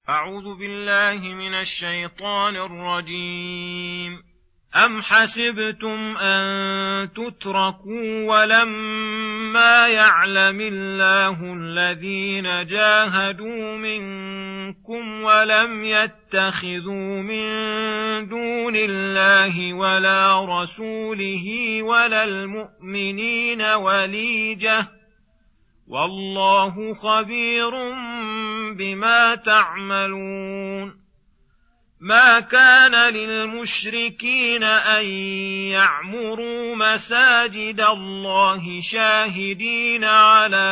أعوذ بالله من الشيطان الرجيم. أم حسبتم أن تتركوا ولما يعلم الله الذين جاهدوا منكم ولم يتخذوا من دون الله ولا رسوله ولا المؤمنين وليجة والله خبير بما تعملون. ما كان للمشركين أن يعمروا مساجد الله شاهدين على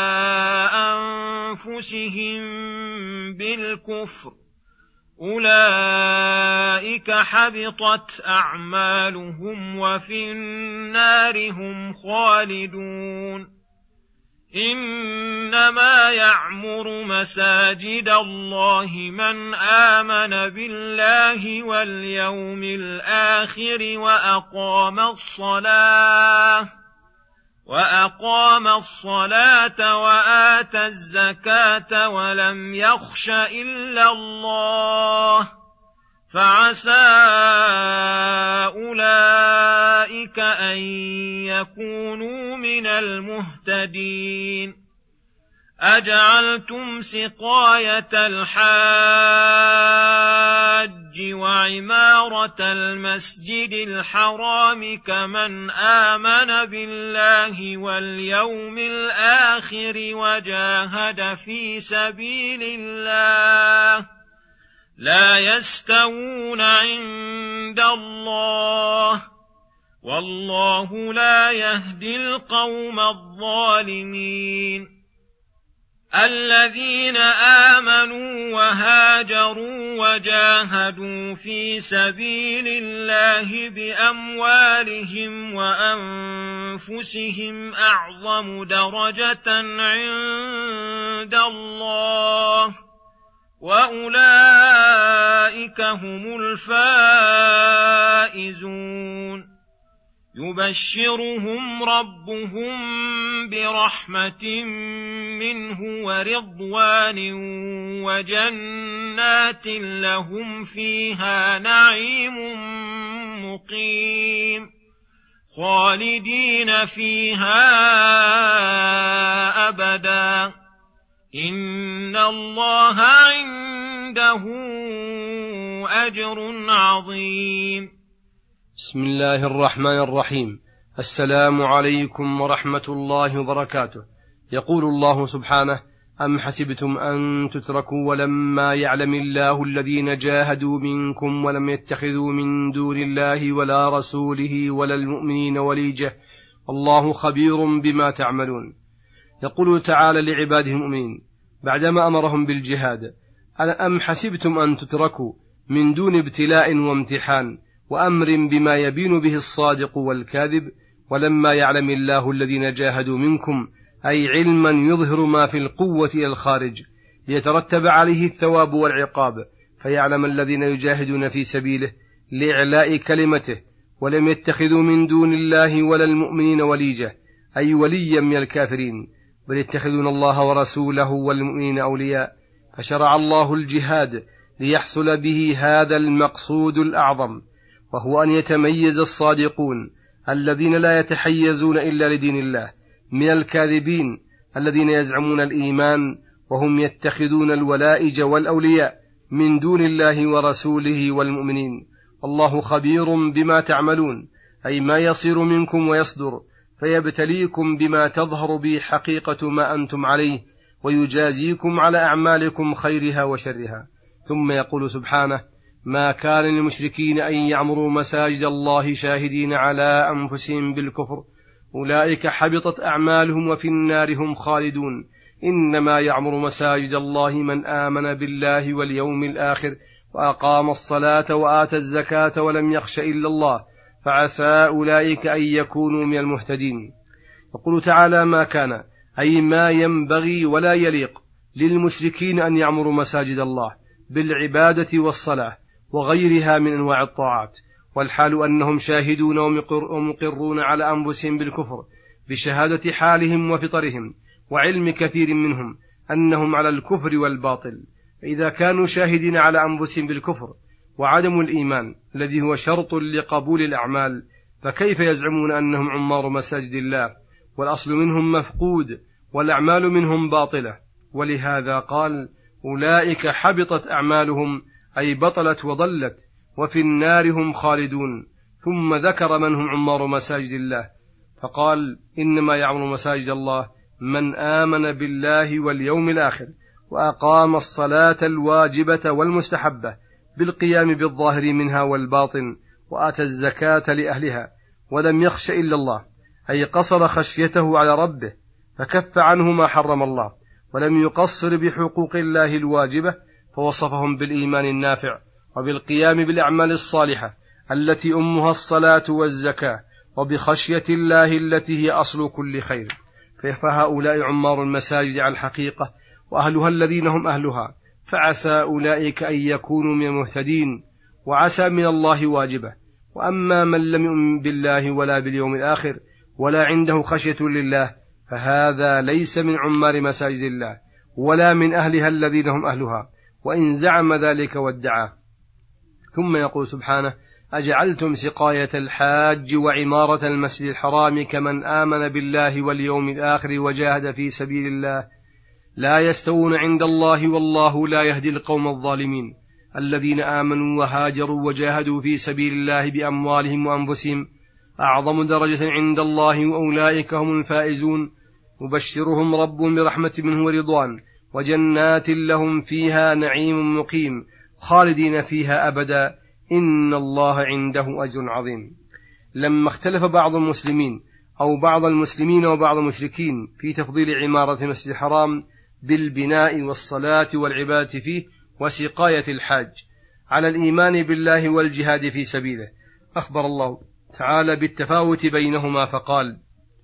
أنفسهم بالكفر، أولئك حبطت أعمالهم وفي النار هم خالدون. إنما يعمر مساجد الله من آمن بالله واليوم الآخر وأقام الصلاة وآتى الزكاة ولم يخش إلا الله، فعسى أولئك أن يكونوا من المهتدين. أجعلتم سقاية الحاج وعمارة المسجد الحرام كمن آمن بالله واليوم الآخر وجاهد في سبيل الله لا يستوون عند الله، والله لا يهدي القوم الظالمين. الذين آمنوا وهاجروا وجاهدوا في سبيل الله بأموالهم وأنفسهم أعظم درجة عند الله، وأولئك هم الفائزون. يبشرهم ربهم برحمة منه ورضوان وجنات لهم فيها نعيم مقيم خالدين فيها أبدا، إن الله عنده أجر عظيم. بسم الله الرحمن الرحيم. السلام عليكم ورحمة الله وبركاته. يقول الله سبحانه: أم حسبتم أن تتركوا ولما يعلم الله الذين جاهدوا منكم ولم يتخذوا من دون الله ولا رسوله ولا المؤمنين وليجة الله خبير بما تعملون. يقول تعالى لعباده المؤمنين بعدما أمرهم بالجهاد: أم حسبتم أن تتركوا من دون ابتلاء وامتحان وأمر بما يبين به الصادق والكاذب، ولما يعلم الله الذين جاهدوا منكم، أي علما يظهر ما في القوة إلى الخارج ليترتب عليه الثواب والعقاب، فيعلم الذين يجاهدون في سبيله لإعلاء كلمته، ولم يتخذوا من دون الله ولا المؤمنين وليجة، أي وليا من الكافرين، بل يتخذون الله ورسوله والمؤمنين أولياء. فشرع الله الجهاد ليحصل به هذا المقصود الأعظم، وهو أن يتميز الصادقون الذين لا يتحيزون إلا لدين الله من الكاذبين الذين يزعمون الإيمان وهم يتخذون الولائج والأولياء من دون الله ورسوله والمؤمنين. الله خبير بما تعملون، أي ما يصير منكم ويصدر، فيبتليكم بما تظهر به حقيقة ما أنتم عليه، ويجازيكم على أعمالكم خيرها وشرها. ثم يقول سبحانه: ما كان للمشركين أن يعمروا مساجد الله شاهدين على أنفسهم بالكفر، أولئك حبطت أعمالهم وفي النار هم خالدون. إنما يعمر مساجد الله من آمن بالله واليوم الآخر وأقام الصلاة وآتى الزكاة ولم يخش إلا الله، فعسى أولئك أن يكونوا من المهتدين. يقول تعالى: ما كان، أي ما ينبغي ولا يليق للمشركين أن يعمروا مساجد الله بالعبادة والصلاة وغيرها من أنواع الطاعات، والحال أنهم شاهدون ومقرون على أنفسهم بالكفر بشهادة حالهم وفطرهم، وعلم كثير منهم أنهم على الكفر والباطل، فإذا كانوا شاهدين على أنفسهم بالكفر وعدم الإيمان الذي هو شرط لقبول الأعمال، فكيف يزعمون أنهم عمار مساجد الله والأصل منهم مفقود والأعمال منهم باطلة؟ ولهذا قال: أولئك حبطت أعمالهم، أي بطلت وضلت، وفي النار هم خالدون. ثم ذكر من هم عمار مساجد الله فقال: إنما يعمر مساجد الله من آمن بالله واليوم الآخر وأقام الصلاة الواجبة والمستحبة بالقيام بالظاهر منها والباطن، وآتى الزكاة لأهلها، ولم يخش إلا الله، أي قصر خشيته على ربه فكف عنه ما حرم الله، ولم يقصر بحقوق الله الواجبة، فوصفهم بالإيمان النافع وبالقيام بالأعمال الصالحة التي أمها الصلاة والزكاة، وبخشية الله التي هي أصل كل خير. فهؤلاء عمار المساجد على الحقيقة، وأهلها الذين هم أهلها، فعسى أولئك أن يكونوا من المهتدين، وعسى من الله واجبة. وأما من لم يؤمن بالله ولا باليوم الآخر ولا عنده خشية لله، فهذا ليس من عمار مساجد الله ولا من أهلها الذين هم أهلها، وإن زعم ذلك وادعى. ثم يقول سبحانه: أجعلتم سقاية الحاج وعمارة المسجد الحرام كمن آمن بالله واليوم الآخر وجاهد في سبيل الله لا يستوون عند الله والله لا يهدي القوم الظالمين. الذين آمنوا وهاجروا وجاهدوا في سبيل الله بأموالهم وأنفسهم أعظم درجة عند الله، وأولئك هم الفائزون. يبشرهم ربهم برحمة منه ورضوان وجنات لهم فيها نعيم مقيم خالدين فيها أبدا، إن الله عنده أجر عظيم. لما اختلف بعض المسلمين أو بعض المسلمين وبعض المشركين في تفضيل عمارة المسجد الحرام بالبناء والصلاة والعبادة فيه وسقاية الحاج على الإيمان بالله والجهاد في سبيله، أخبر الله تعالى بالتفاوت بينهما فقال: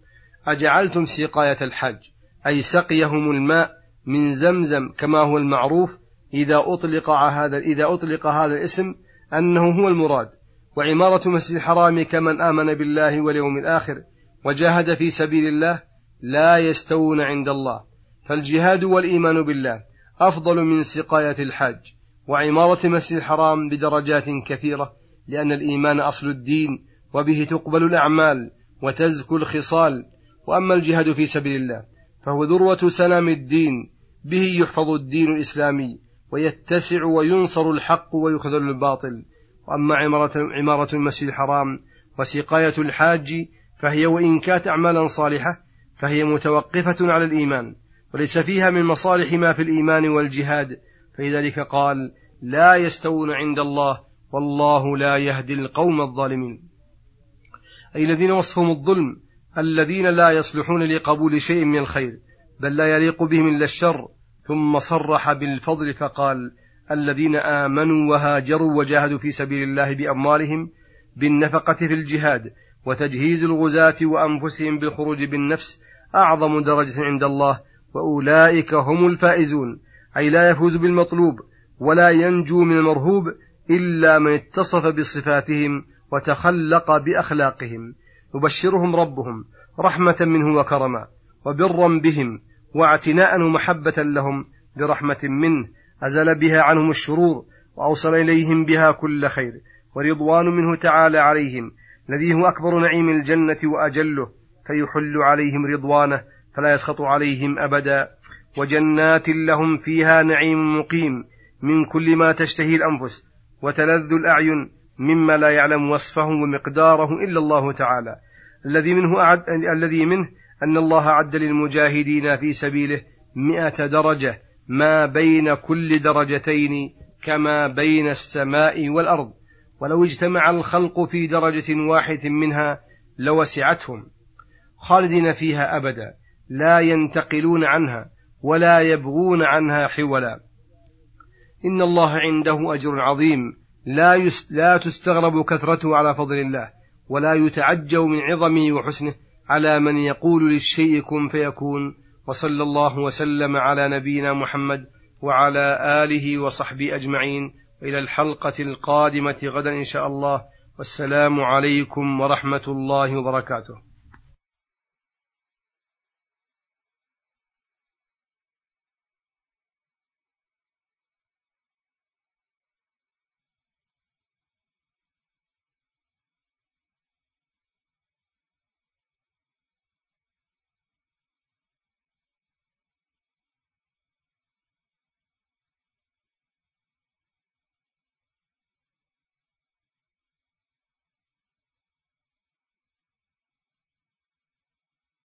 أجعلتم سقاية الحاج، أي سقيهم الماء من زمزم كما هو المعروف إذا أطلق هذا الاسم أنه هو المراد، وعمارة مسجد الحرام كمن آمن بالله واليوم الآخر وجاهد في سبيل الله لا يستوون عند الله، فالجهاد والإيمان بالله أفضل من سقاية الحاج وعمارة مسجد الحرام بدرجات كثيرة، لأن الإيمان أصل الدين وبه تقبل الأعمال وتزكو الخصال. وأما الجهاد في سبيل الله فهو ذروة سلام الدين، به يحفظ الدين الإسلامي ويتسع وينصر الحق ويخذل الباطل. وأما عمارة المسجد الحرام وسقاية الحاج فهي وإن كانت أعمالا صالحة فهي متوقفة على الإيمان، وليس فيها من مصالح ما في الإيمان والجهاد، فلذلك قال: لا يستوون عند الله والله لا يهدي القوم الظالمين، أي الذين وصفهم الظلم، الذين لا يصلحون لقبول شيء من الخير بل لا يليق بهم إلا الشر. ثم صرح بالفضل فقال: الذين آمنوا وهاجروا وجاهدوا في سبيل الله بأموالهم بالنفقة في الجهاد وتجهيز الغزاة وأنفسهم بالخروج بالنفس أعظم درجة عند الله، وأولئك هم الفائزون، أي لا يفوز بالمطلوب ولا ينجو من المرهوب إلا من اتصف بصفاتهم وتخلق بأخلاقهم. يبشرهم ربهم رحمة منه وكرما وبرا بهم واعتناء ومحبة لهم برحمة منه أزل بها عنهم الشرور وأوصل إليهم بها كل خير، ورضوان منه تعالى عليهم الذي هو أكبر نعيم الجنة وأجله، فيحل عليهم رضوانه فلا يسخط عليهم أبدا، وجنات لهم فيها نعيم مقيم من كل ما تشتهي الأنفس وتلذ الأعين مما لا يعلم وصفه ومقداره إلا الله تعالى، الذي منه أن الله أعد للمجاهدين في سبيله 100 درجة ما بين كل درجتين كما بين السماء والأرض، ولو اجتمع الخلق في درجة واحد منها لوسعتهم، خالدين فيها أبدا لا ينتقلون عنها ولا يبغون عنها حولا. إن الله عنده أجر عظيم لا تستغرب كثرته على فضل الله، ولا يتعجب من عظمه وحسنه على من يقول للشيء كن فيكون. وصلى الله وسلم على نبينا محمد وعلى آله وصحبه أجمعين، وإلى الحلقة القادمة غدا إن شاء الله، والسلام عليكم ورحمة الله وبركاته.